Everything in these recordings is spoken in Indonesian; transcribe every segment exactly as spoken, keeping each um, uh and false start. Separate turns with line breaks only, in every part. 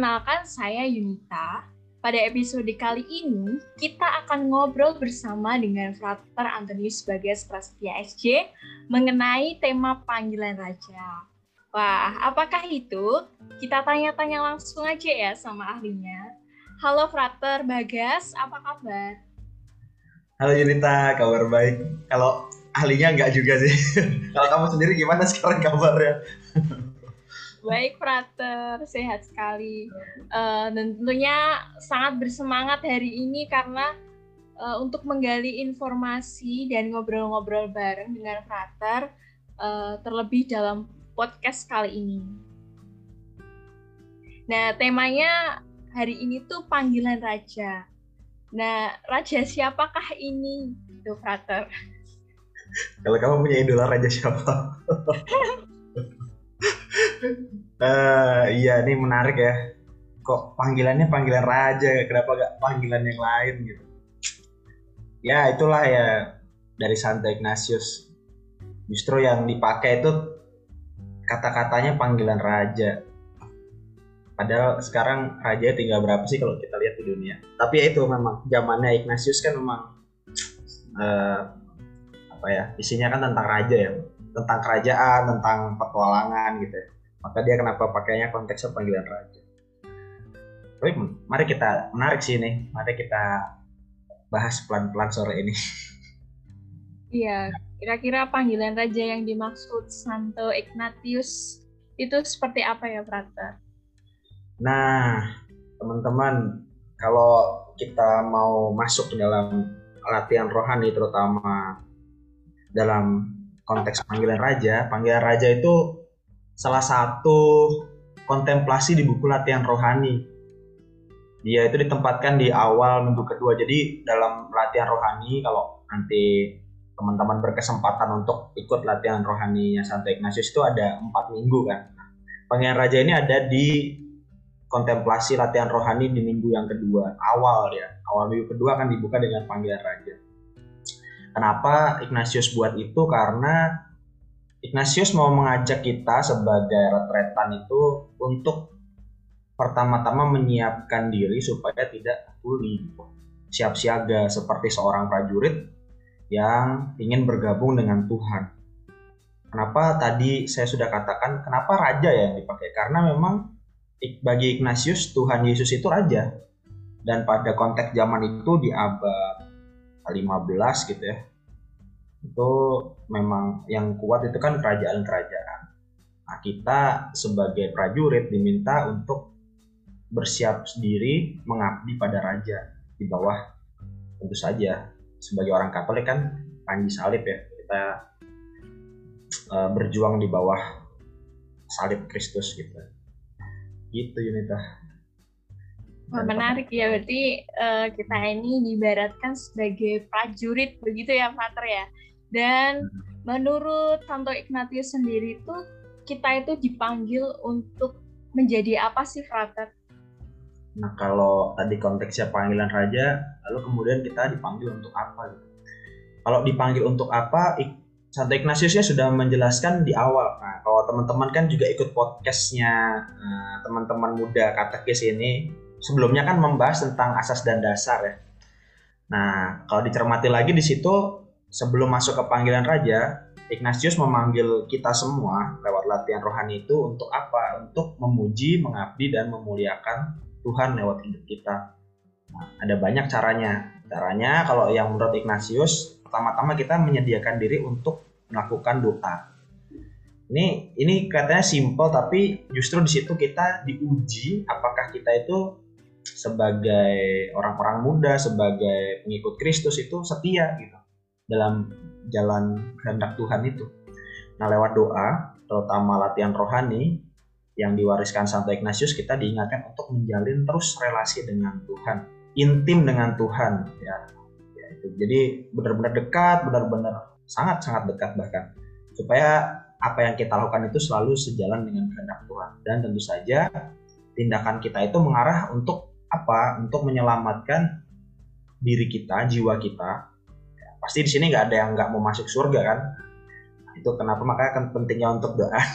Perkenalkan, saya Yunita. Pada episode kali ini, kita akan ngobrol bersama dengan Frater Antonius Bagas Prasetya S J mengenai tema panggilan raja. Wah, apakah itu? Kita tanya-tanya langsung aja ya sama ahlinya. Halo Frater Bagas, apa kabar?
Halo Yunita, kabar baik. Kalau ahlinya enggak juga sih. Kalau kamu sendiri gimana sekarang kabarnya?
Baik, Frater, sehat sekali. Uh, dan tentunya sangat bersemangat hari ini karena uh, untuk menggali informasi dan ngobrol-ngobrol bareng dengan Frater, uh, terlebih dalam podcast kali ini. Nah, temanya hari ini tuh panggilan raja. Nah, raja siapakah ini, tuh Frater?
Kalau kamu punya idola raja siapa? uh, iya, ini menarik ya. Kok panggilannya panggilan raja, kenapa gak panggilan yang lain gitu? Ya itulah ya, dari Santo Ignatius. Justru yang dipakai itu kata-katanya panggilan raja. Padahal sekarang raja tinggal berapa sih kalau kita lihat di dunia. Tapi ya itu memang zamannya Ignatius kan memang uh, apa ya, isinya kan tentang raja ya, tentang kerajaan, tentang petualangan gitu ya. Maka dia kenapa pakainya konteksnya panggilan raja. Tapi mari kita, menarik sih ini, mari kita bahas pelan-pelan sore ini.
Iya, kira-kira panggilan raja yang dimaksud Santo Ignatius itu seperti apa ya, Frater?
Nah, teman-teman, kalau kita mau masuk ke dalam latihan rohani, terutama dalam konteks panggilan raja, panggilan raja itu salah satu kontemplasi di buku latihan rohani. Dia itu ditempatkan di awal minggu kedua. Jadi dalam latihan rohani, kalau nanti teman-teman berkesempatan untuk ikut latihan rohaninya Santo Ignatius itu ada empat minggu kan. Panggilan raja ini ada di kontemplasi latihan rohani di minggu yang kedua, awal ya. Awal minggu kedua akan dibuka dengan panggilan raja. Kenapa Ignatius buat itu? Karena Ignatius mau mengajak kita sebagai retretan itu untuk pertama-tama menyiapkan diri supaya tidak tuli, siap siaga seperti seorang prajurit yang ingin bergabung dengan Tuhan. Kenapa tadi saya sudah katakan kenapa raja yang dipakai? Karena memang bagi Ignatius Tuhan Yesus itu raja, dan pada konteks zaman itu di abad lima belas gitu ya, itu memang yang kuat itu kan kerajaan-kerajaan. Nah, kita sebagai prajurit diminta untuk bersiap diri mengabdi pada raja di bawah, tentu saja sebagai orang Katolik kan panji salib ya, kita uh, berjuang di bawah salib Kristus gitu. Gitu Yunita.
Wah, menarik ya, berarti uh, kita ini diibaratkan sebagai prajurit begitu ya, Frater ya. Dan menurut Santo Ignatius sendiri itu kita itu dipanggil untuk menjadi apa sih, Frater?
Nah, kalau tadi konteksnya panggilan raja, lalu kemudian kita dipanggil untuk apa gitu. Kalau dipanggil untuk apa, Santo Ignatiusnya sudah menjelaskan di awal. Nah, kalau teman-teman kan juga ikut podcastnya nah, teman-teman muda katekis ini, sebelumnya kan membahas tentang asas dan dasar ya. Nah, kalau dicermati lagi di situ, sebelum masuk ke panggilan raja, Ignatius memanggil kita semua lewat latihan rohani itu untuk apa? Untuk memuji, mengabdi, dan memuliakan Tuhan lewat hidup kita. Nah, ada banyak caranya. Caranya kalau yang menurut Ignatius, pertama-tama kita menyediakan diri untuk melakukan doa. Ini ini katanya simple, tapi justru di situ kita diuji apakah kita itu sebagai orang-orang muda, sebagai pengikut Kristus itu setia gitu dalam jalan kehendak Tuhan itu. Nah, lewat doa, terutama latihan rohani yang diwariskan Santo Ignatius, kita diingatkan untuk menjalin terus relasi dengan Tuhan, intim dengan Tuhan ya. Ya itu. Jadi benar-benar dekat, benar-benar sangat-sangat dekat bahkan, supaya apa yang kita lakukan itu selalu sejalan dengan kehendak Tuhan. Dan tentu saja tindakan kita itu mengarah untuk apa? Untuk menyelamatkan diri kita, jiwa kita. Ya, pasti di sini nggak ada yang nggak mau masuk surga kan? Nah, itu kenapa makanya kan pentingnya untuk doa.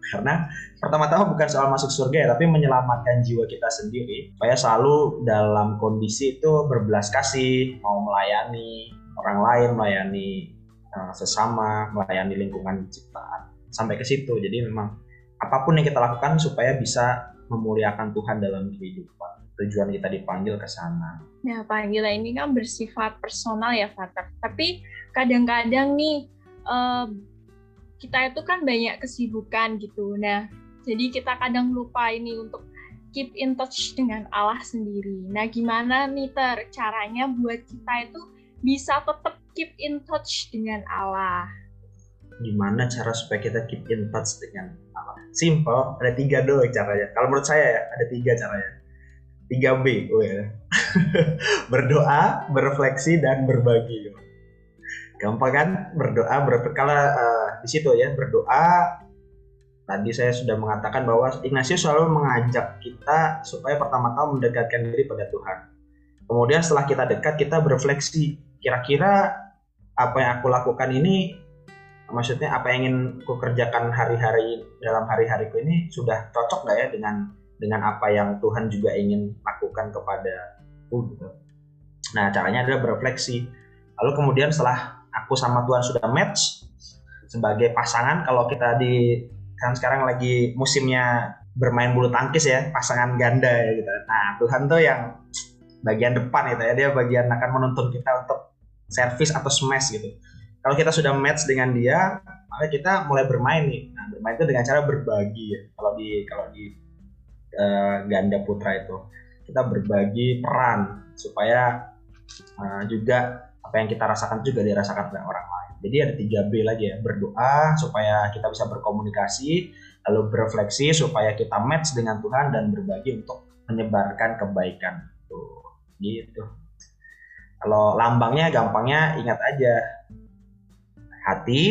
Karena pertama-tama bukan soal masuk surga ya, tapi menyelamatkan jiwa kita sendiri supaya selalu dalam kondisi itu berbelas kasih, mau melayani orang lain, melayani uh, sesama, melayani lingkungan ciptaan, sampai ke situ. Jadi memang apapun yang kita lakukan supaya bisa memuliakan Tuhan dalam kehidupan. Tujuan kita dipanggil ke sana.
Nah, panggilan ini kan bersifat personal ya, Father. Tapi kadang-kadang nih uh, kita itu kan banyak kesibukan gitu. Nah, jadi kita kadang lupa ini untuk keep in touch dengan Allah sendiri. Nah, gimana nih Ter caranya buat kita itu bisa tetap keep in touch dengan Allah?
Gimana cara supaya kita keep in touch dengan Allah? Simple, ada tiga doang caranya. Kalau menurut saya ya, ada tiga caranya. tiga B. Oh ya. Berdoa, berefleksi, dan berbagi. Gampang kan? Berdoa, berefleksi. Kalau uh, di situ ya, berdoa. Tadi saya sudah mengatakan bahwa Ignatius selalu mengajak kita supaya pertama-tama mendekatkan diri pada Tuhan. Kemudian setelah kita dekat, kita berefleksi. Kira-kira apa yang aku lakukan ini, maksudnya apa yang ingin aku kerjakan hari-hari dalam hari-hariku ini sudah cocok nggak ya dengan dengan apa yang Tuhan juga ingin lakukan kepadaku gitu. Nah, caranya adalah berefleksi. Lalu kemudian setelah aku sama Tuhan sudah match sebagai pasangan, kalau kita di kan sekarang lagi musimnya bermain bulu tangkis ya, pasangan ganda ya gitu. Nah, Tuhan tuh yang bagian depan gitu ya, dia bagian akan menuntun kita untuk servis atau smash gitu. Kalau kita sudah match dengan dia, maka kita mulai bermain nih. Nah, bermain itu dengan cara berbagi ya. Kalau di kalau di uh, ganda putra itu kita berbagi peran supaya uh, juga apa yang kita rasakan juga dirasakan oleh orang lain. Jadi ada tiga B lagi ya, berdoa supaya kita bisa berkomunikasi, lalu berefleksi supaya kita match dengan Tuhan, dan berbagi untuk menyebarkan kebaikan. Tuh, gitu. Kalau lambangnya gampangnya ingat aja, hati,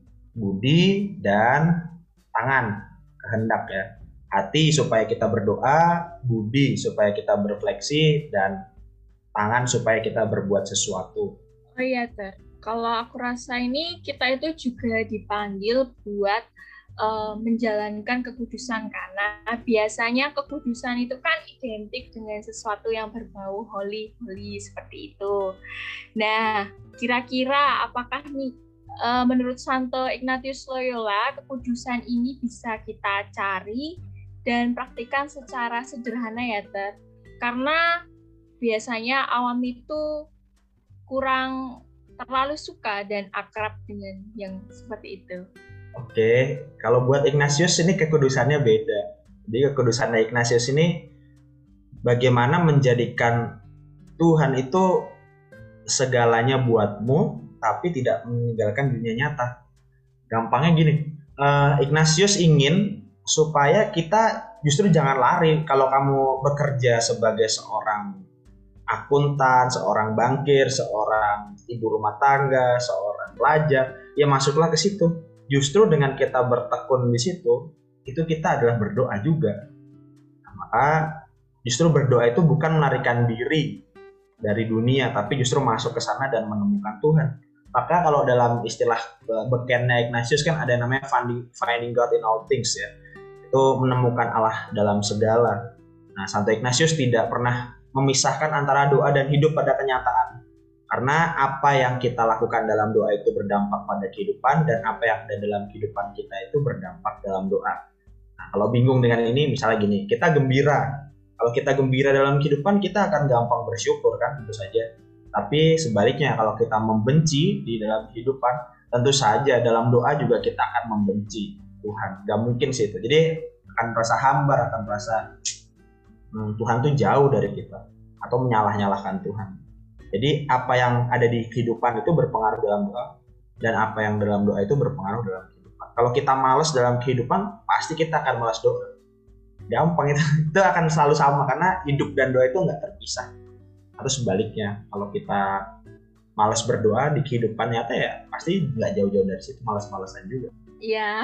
budi, dan tangan, kehendak ya. Hati supaya kita berdoa, budi supaya kita berefleksi, dan tangan supaya kita berbuat sesuatu.
Oh iya, Ter. Kalau aku rasa ini kita itu juga dipanggil buat uh, menjalankan kekudusan, karena biasanya kekudusan itu kan identik dengan sesuatu yang berbau holy-holy seperti itu. Nah, kira-kira apakah nih uh, menurut Santo Ignatius Loyola kekudusan ini bisa kita cari dan praktikkan secara sederhana ya, Ter? Karena biasanya awam itu kurang terlalu suka dan akrab dengan yang seperti itu.
Oke, kalau buat Ignatius ini kekudusannya beda. Jadi kekudusannya Ignatius ini bagaimana menjadikan Tuhan itu segalanya buatmu, tapi tidak meninggalkan dunia nyata. Gampangnya gini, uh, Ignatius ingin supaya kita justru jangan lari. Kalau kamu bekerja sebagai seorang akuntan, seorang bankir, seorang ibu rumah tangga, seorang pelajar, ya masuklah ke situ. Justru dengan kita bertekun di situ, itu kita adalah berdoa juga. Nah, maka justru berdoa itu bukan melarikan diri dari dunia, tapi justru masuk ke sana dan menemukan Tuhan. Maka kalau dalam istilah bekennya Ignatius kan ada yang namanya finding, finding God in all things ya. Itu menemukan Allah dalam segala. Nah, Santo Ignatius tidak pernah memisahkan antara doa dan hidup pada kenyataan. Karena apa yang kita lakukan dalam doa itu berdampak pada kehidupan, dan apa yang ada dalam kehidupan kita itu berdampak dalam doa. Nah, kalau bingung dengan ini, misalnya gini, kita gembira. Kalau kita gembira dalam kehidupan, kita akan gampang bersyukur kan, tentu saja. Tapi sebaliknya, kalau kita membenci di dalam kehidupan, tentu saja dalam doa juga kita akan membenci Tuhan. Gak mungkin sih itu. Jadi akan merasa hambar, akan merasa Tuhan tuh jauh dari kita, atau menyalah-nyalahkan Tuhan. Jadi apa yang ada di kehidupan itu berpengaruh dalam doa, dan apa yang dalam doa itu berpengaruh dalam kehidupan. Kalau kita malas dalam kehidupan, pasti kita akan malas doa. Gampang itu, itu akan selalu sama, karena hidup dan doa itu nggak terpisah. Atau sebaliknya, kalau kita malas berdoa di kehidupan nyata ya pasti nggak jauh-jauh dari situ, malas-malasan juga.
Ya,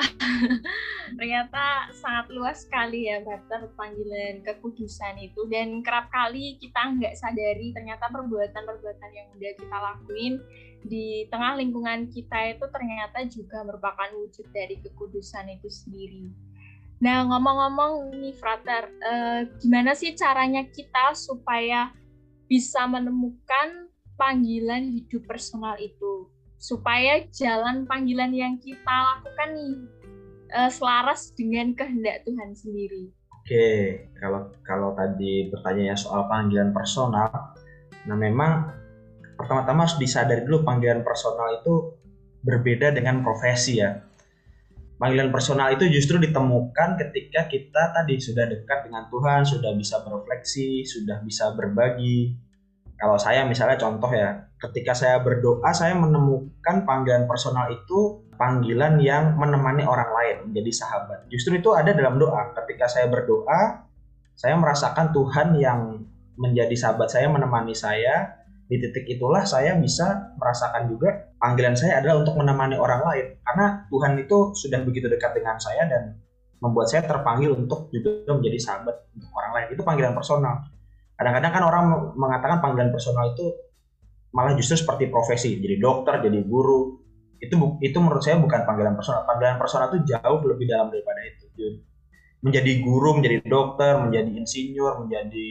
ternyata sangat luas sekali ya, Brother, panggilan kekudusan itu. Dan kerap kali kita nggak sadari ternyata perbuatan-perbuatan yang udah kita lakuin di tengah lingkungan kita itu ternyata juga merupakan wujud dari kekudusan itu sendiri. Nah, ngomong-ngomong nih Frater, eh, gimana sih caranya kita supaya bisa menemukan panggilan hidup personal itu? Supaya jalan panggilan yang kita lakukan nih eh, selaras dengan kehendak Tuhan sendiri.
Oke, kalau kalau tadi bertanya soal panggilan personal, nah memang pertama-tama harus disadari dulu panggilan personal itu berbeda dengan profesi ya. Panggilan personal itu justru ditemukan ketika kita tadi sudah dekat dengan Tuhan, sudah bisa berefleksi, sudah bisa berbagi. Kalau saya misalnya contoh ya, ketika saya berdoa, saya menemukan panggilan personal itu panggilan yang menemani orang lain, menjadi sahabat. Justru itu ada dalam doa. Ketika saya berdoa, saya merasakan Tuhan yang menjadi sahabat saya, menemani saya. Di titik itulah saya bisa merasakan juga panggilan saya adalah untuk menemani orang lain. Karena Tuhan itu sudah begitu dekat dengan saya dan membuat saya terpanggil untuk juga menjadi sahabat untuk orang lain. Itu panggilan personal. Kadang-kadang kan orang mengatakan panggilan personal itu malah justru seperti profesi, jadi dokter, jadi guru. Itu itu menurut saya bukan panggilan personal. Panggilan personal itu jauh lebih dalam daripada itu. Menjadi guru, menjadi dokter, menjadi insinyur, menjadi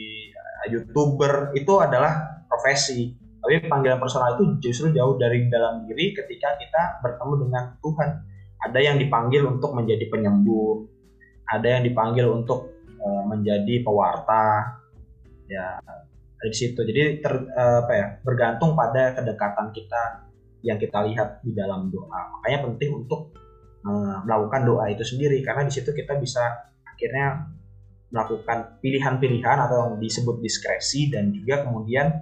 YouTuber itu adalah profesi. Tapi panggilan personal itu justru jauh dari dalam diri ketika kita bertemu dengan Tuhan. Ada yang dipanggil untuk menjadi penyembuh, ada yang dipanggil untuk uh, menjadi pewarta. Ya, dari situ. Jadi ter, uh, apa ya, bergantung pada kedekatan kita yang kita lihat di dalam doa. Makanya penting untuk uh, melakukan doa itu sendiri, karena di situ kita bisa akhirnya melakukan pilihan-pilihan atau yang disebut diskresi dan juga kemudian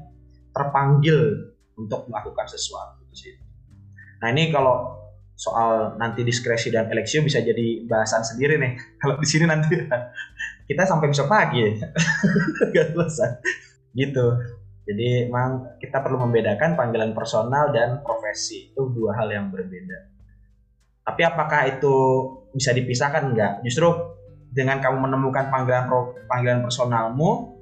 terpanggil untuk melakukan sesuatu di situ. Nah, ini kalau soal nanti diskresi dan eleksio bisa jadi bahasan sendiri nih. Kalau di sini nanti kita sampai besok pagi ya. Gak selesai. Gitu. Jadi memang kita perlu membedakan panggilan personal dan profesi. Itu dua hal yang berbeda. Tapi apakah itu bisa dipisahkan? Enggak. Justru dengan kamu menemukan panggilan panggilan personalmu,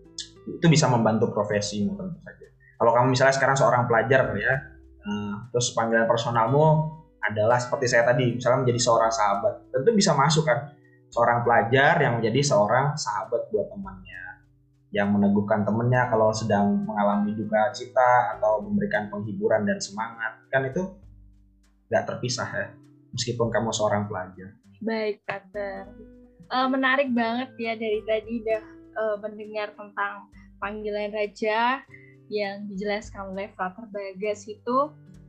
itu bisa membantu profesimu tentu saja. Kalau kamu misalnya sekarang seorang pelajar ya, terus panggilan personalmu adalah seperti saya tadi, misalnya menjadi seorang sahabat, tentu bisa masuk kan, seorang pelajar yang menjadi seorang sahabat buat temannya, yang meneguhkan temannya kalau sedang mengalami duka cita atau memberikan penghiburan dan semangat, kan itu nggak terpisah ya, meskipun kamu seorang pelajar.
Baik, Frater. Uh, menarik banget ya, dari tadi udah uh, mendengar tentang panggilan raja yang dijelaskan oleh Frater Bagas itu,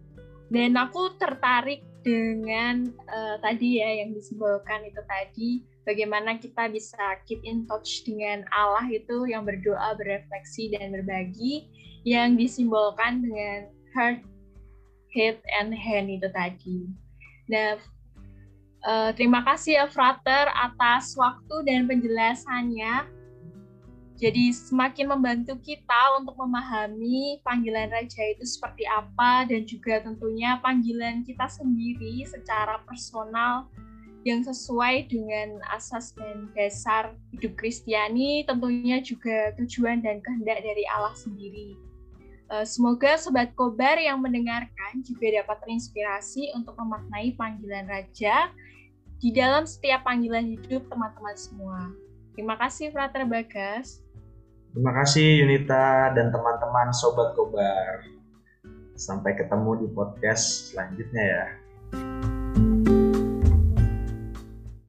dan aku tertarik dengan uh, tadi ya yang disimbolkan itu tadi, bagaimana kita bisa keep in touch dengan Allah itu, yang berdoa, berefleksi dan berbagi, yang disimbolkan dengan heart, head and hand itu tadi. Nah, Uh, terima kasih ya Frater atas waktu dan penjelasannya. Jadi semakin membantu kita untuk memahami panggilan raja itu seperti apa, dan juga tentunya panggilan kita sendiri secara personal yang sesuai dengan asas dan dasar hidup Kristiani, tentunya juga tujuan dan kehendak dari Allah sendiri. Uh, semoga Sobat Kobar yang mendengarkan juga dapat terinspirasi untuk memaknai panggilan raja di dalam setiap panggilan hidup teman-teman semua. Terima kasih Frater Bagas.
Terima kasih Yunita dan teman-teman Sobat Kobar. Sampai ketemu di podcast selanjutnya ya.